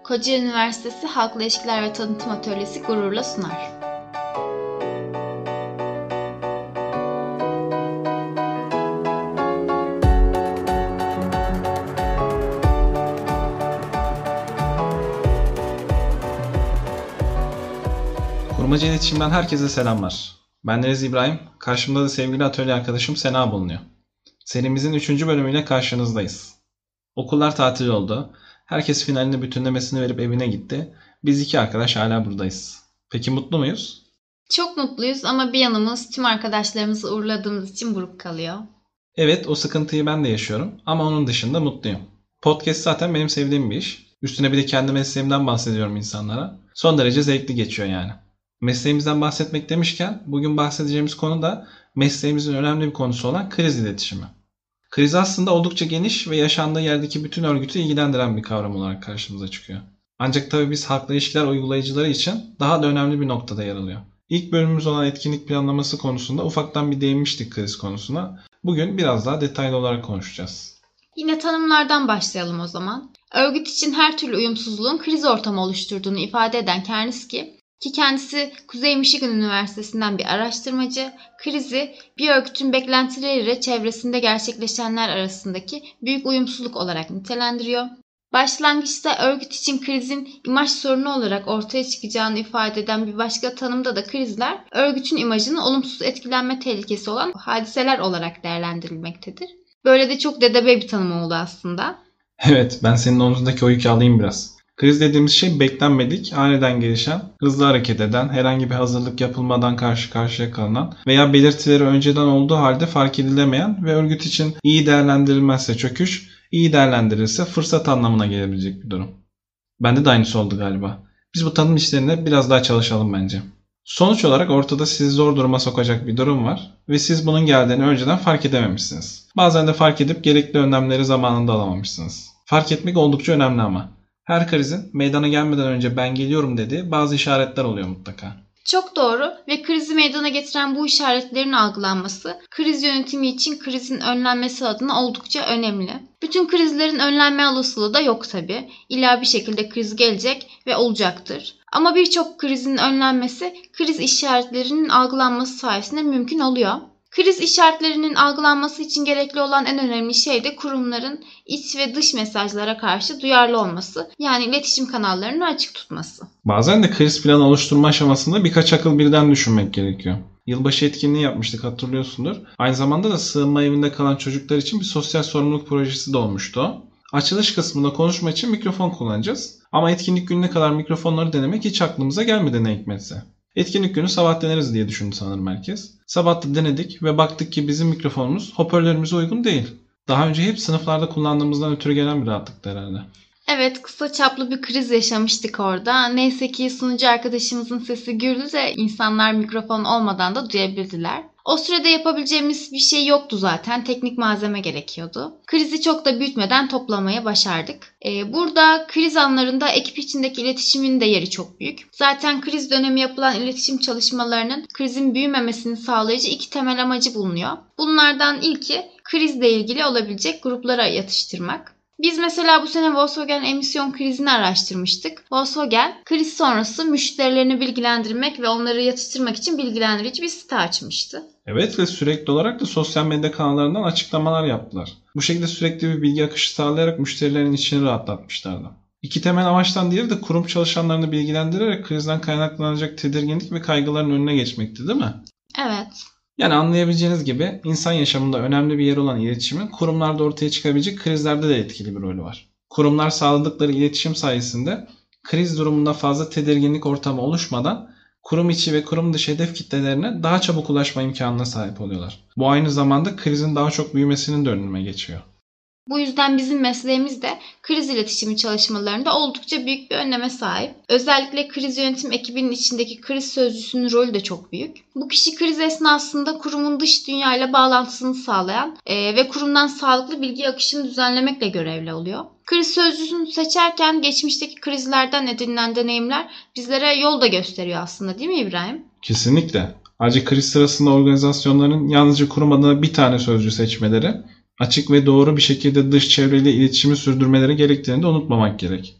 Kocaeli Üniversitesi Halkla İlişkiler ve Tanıtım Atölyesi gururla sunar. Kurmaca İletişim'den herkese selamlar. Ben Deniz İbrahim, karşımda da sevgili atölye arkadaşım Sena bulunuyor. Serimizin 3. bölümüyle karşınızdayız. Okullar tatil oldu. Herkes finalini bütünlemesini verip evine gitti. Biz iki arkadaş hala buradayız. Peki mutlu muyuz? Çok mutluyuz ama bir yanımız tüm arkadaşlarımızı uğurladığımız için buruk kalıyor. Evet, o sıkıntıyı ben de yaşıyorum ama onun dışında mutluyum. Podcast zaten benim sevdiğim bir iş. Üstüne bir de kendi mesleğimden bahsediyorum insanlara. Son derece zevkli geçiyor yani. Mesleğimizden bahsetmek demişken bugün bahsedeceğimiz konu da mesleğimizin önemli bir konusu olan kriz iletişimi. Kriz aslında oldukça geniş ve yaşandığı yerdeki bütün örgütü ilgilendiren bir kavram olarak karşımıza çıkıyor. Ancak tabii biz halkla ilişkiler uygulayıcıları için daha da önemli bir noktada yer alıyor. İlk bölümümüz olan etkinlik planlaması konusunda ufaktan bir değinmiştik kriz konusuna. Bugün biraz daha detaylı olarak konuşacağız. Yine tanımlardan başlayalım o zaman. Örgüt için her türlü uyumsuzluğun kriz ortamı oluşturduğunu ifade eden Karnski, ki kendisi Kuzey Michigan Üniversitesi'nden bir araştırmacı, krizi bir örgütün beklentileriyle çevresinde gerçekleşenler arasındaki büyük uyumsuzluk olarak nitelendiriyor. Başlangıçta örgüt için krizin imaj sorunu olarak ortaya çıkacağını ifade eden bir başka tanımda da krizler, örgütün imajının olumsuz etkilenme tehlikesi olan hadiseler olarak değerlendirilmektedir. Böyle de çok dedebe bir tanım oldu aslında. Evet, ben senin omzundaki o yükü alayım biraz. Kriz dediğimiz şey beklenmedik, aniden gelişen, hızlı hareket eden, herhangi bir hazırlık yapılmadan karşı karşıya kalınan veya belirtileri önceden olduğu halde fark edilemeyen ve örgüt için iyi değerlendirilmezse çöküş, iyi değerlendirilirse fırsat anlamına gelebilecek bir durum. Bende de aynısı oldu galiba. Biz bu tanım işlerine biraz daha çalışalım bence. Sonuç olarak ortada sizi zor duruma sokacak bir durum var ve siz bunun geldiğini önceden fark edememişsiniz. Bazen de fark edip gerekli önlemleri zamanında alamamışsınız. Fark etmek oldukça önemli ama. Her krizin meydana gelmeden önce ben geliyorum dediği bazı işaretler oluyor mutlaka. Çok doğru ve krizi meydana getiren bu işaretlerin algılanması, kriz yönetimi için krizin önlenmesi adına oldukça önemli. Bütün krizlerin önlenme olasılığı da yok tabi. İlla bir şekilde kriz gelecek ve olacaktır. Ama birçok krizin önlenmesi kriz işaretlerinin algılanması sayesinde mümkün oluyor. Kriz işaretlerinin algılanması için gerekli olan en önemli şey de kurumların iç ve dış mesajlara karşı duyarlı olması, yani iletişim kanallarını açık tutması. Bazen de kriz planı oluşturma aşamasında birkaç akıl birden düşünmek gerekiyor. Yılbaşı etkinliği yapmıştık, hatırlıyorsundur. Aynı zamanda da sığınma evinde kalan çocuklar için bir sosyal sorumluluk projesi de olmuştu o. Açılış kısmında konuşma için mikrofon kullanacağız. Ama etkinlik gününe kadar mikrofonları denemek hiç aklımıza gelmedi ne hikmetse. Etkinlik günü sabah deneriz diye düşündü sanırım herkes. Sabah da denedik ve baktık ki bizim mikrofonumuz hoparlörümüze uygun değil. Daha önce hep sınıflarda kullandığımızdan ötürü gelen bir rahatlıktı herhalde. Evet, kısa çaplı bir kriz yaşamıştık orada. Neyse ki sunucu arkadaşımızın sesi gürdü de insanlar mikrofon olmadan da duyabildiler. O sürede yapabileceğimiz bir şey yoktu zaten. Teknik malzeme gerekiyordu. Krizi çok da büyütmeden toplamayı başardık. Burada kriz anlarında ekip içindeki iletişimin de yeri çok büyük. Zaten kriz dönemi yapılan iletişim çalışmalarının krizin büyümemesini sağlayıcı iki temel amacı bulunuyor. Bunlardan ilki krizle ilgili olabilecek gruplara yatıştırmak. Biz mesela bu sene Volkswagen emisyon krizini araştırmıştık. Volkswagen kriz sonrası müşterilerini bilgilendirmek ve onları yatıştırmak için bilgilendirici bir site açmıştı. Evet ve sürekli olarak da sosyal medya kanallarından açıklamalar yaptılar. Bu şekilde sürekli bir bilgi akışı sağlayarak müşterilerin içini rahatlatmışlardı. İki temel amaçtan diğeri de kurum çalışanlarını bilgilendirerek krizden kaynaklanacak tedirginlik ve kaygıların önüne geçmekti, değil mi? Evet. Yani anlayabileceğiniz gibi insan yaşamında önemli bir yer olan iletişimin kurumlarda ortaya çıkabilecek krizlerde de etkili bir rolü var. Kurumlar sağladıkları iletişim sayesinde kriz durumunda fazla tedirginlik ortamı oluşmadan kurum içi ve kurum dışı hedef kitlelerine daha çabuk ulaşma imkanına sahip oluyorlar. Bu aynı zamanda krizin daha çok büyümesinin de önüne geçiyor. Bu yüzden bizim mesleğimiz de kriz iletişimi çalışmalarında oldukça büyük bir öneme sahip. Özellikle kriz yönetim ekibinin içindeki kriz sözcüsünün rolü de çok büyük. Bu kişi kriz esnasında kurumun dış dünyayla bağlantısını sağlayan ve kurumdan sağlıklı bilgi akışını düzenlemekle görevli oluyor. Kriz sözcüsünü seçerken geçmişteki krizlerden edinilen deneyimler bizlere yol da gösteriyor aslında, değil mi İbrahim? Kesinlikle. Ayrıca kriz sırasında organizasyonların yalnızca kurum adına bir tane sözcü seçmeleri, açık ve doğru bir şekilde dış çevreyle iletişimi sürdürmeleri gerektiğini de unutmamak gerek.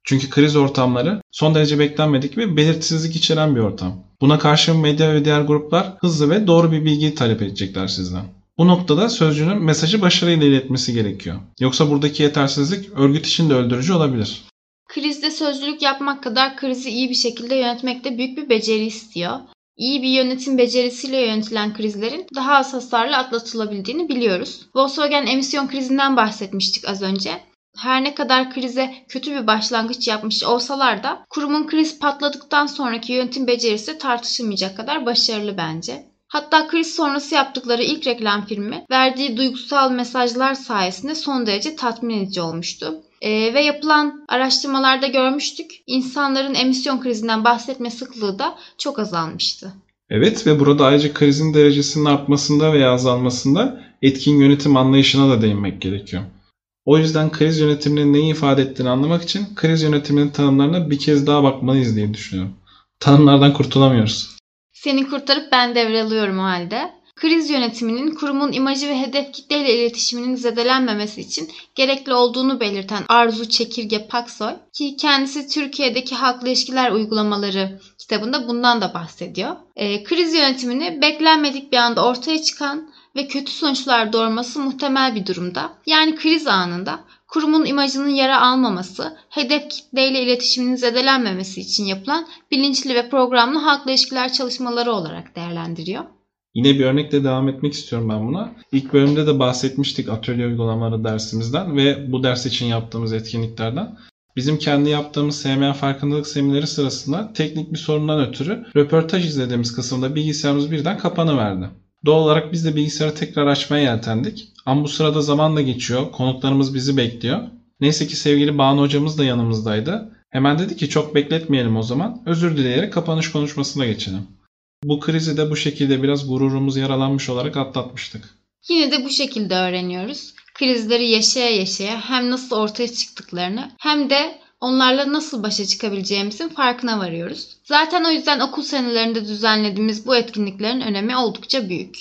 Çünkü kriz ortamları son derece beklenmedik ve belirsizlik içeren bir ortam. Buna karşı medya ve diğer gruplar hızlı ve doğru bir bilgiyi talep edecekler sizden. Bu noktada sözcünün mesajı başarıyla iletmesi gerekiyor. Yoksa buradaki yetersizlik örgüt için de öldürücü olabilir. Krizde sözcülük yapmak kadar krizi iyi bir şekilde yönetmek de büyük bir beceri istiyor. İyi bir yönetim becerisiyle yönetilen krizlerin daha az hasarla atlatılabildiğini biliyoruz. Volkswagen emisyon krizinden bahsetmiştik az önce. Her ne kadar krize kötü bir başlangıç yapmış olsalar da kurumun kriz patladıktan sonraki yönetim becerisi tartışılmayacak kadar başarılı bence. Hatta kriz sonrası yaptıkları ilk reklam filmi verdiği duygusal mesajlar sayesinde son derece tatmin edici olmuştu. Ve yapılan araştırmalarda görmüştük, insanların emisyon krizinden bahsetme sıklığı da çok azalmıştı. Evet ve burada ayrıca krizin derecesinin artmasında veya azalmasında etkin yönetim anlayışına da değinmek gerekiyor. O yüzden kriz yönetiminin neyi ifade ettiğini anlamak için kriz yönetiminin tanımlarına bir kez daha bakmalıyız diye düşünüyorum. Tanımlardan kurtulamıyoruz. Seni kurtarıp ben devralıyorum o halde. Kriz yönetiminin kurumun imajı ve hedef kitleyle iletişiminin zedelenmemesi için gerekli olduğunu belirten Arzu Çekirge Paksoy, ki kendisi Türkiye'deki halkla ilişkiler uygulamaları kitabında bundan da bahsediyor. Kriz yönetimini beklenmedik bir anda ortaya çıkan ve kötü sonuçlar doğurması muhtemel bir durumda. Yani kriz anında kurumun imajının yara almaması, hedef kitleyle iletişiminin zedelenmemesi için yapılan bilinçli ve programlı halkla ilişkiler çalışmaları olarak değerlendiriyor. Yine bir örnekle devam etmek istiyorum ben buna. İlk bölümde de bahsetmiştik atölye uygulamaları dersimizden ve bu ders için yaptığımız etkinliklerden. Bizim kendi yaptığımız SMA farkındalık semineri sırasında teknik bir sorundan ötürü röportaj izlediğimiz kısımda bilgisayarımız birden kapanıverdi. Doğal olarak biz de bilgisayarı tekrar açmaya yeltendik. Ama bu sırada zaman da geçiyor, konuklarımız bizi bekliyor. Neyse ki sevgili Banu hocamız da yanımızdaydı. Hemen dedi ki çok bekletmeyelim o zaman, özür dileyerek kapanış konuşmasına geçelim. Bu krizi de bu şekilde biraz gururumuz yaralanmış olarak atlatmıştık. Yine de bu şekilde öğreniyoruz. Krizleri yaşaya yaşaya hem nasıl ortaya çıktıklarını hem de onlarla nasıl başa çıkabileceğimizin farkına varıyoruz. Zaten o yüzden okul senelerinde düzenlediğimiz bu etkinliklerin önemi oldukça büyük.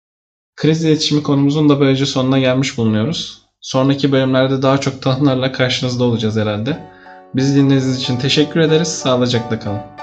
Kriz iletişimi konumuzun da böylece sonuna gelmiş bulunuyoruz. Sonraki bölümlerde daha çok tanımlarla karşınızda olacağız herhalde. Bizi dinlediğiniz için teşekkür ederiz. Sağlıcakla kalın.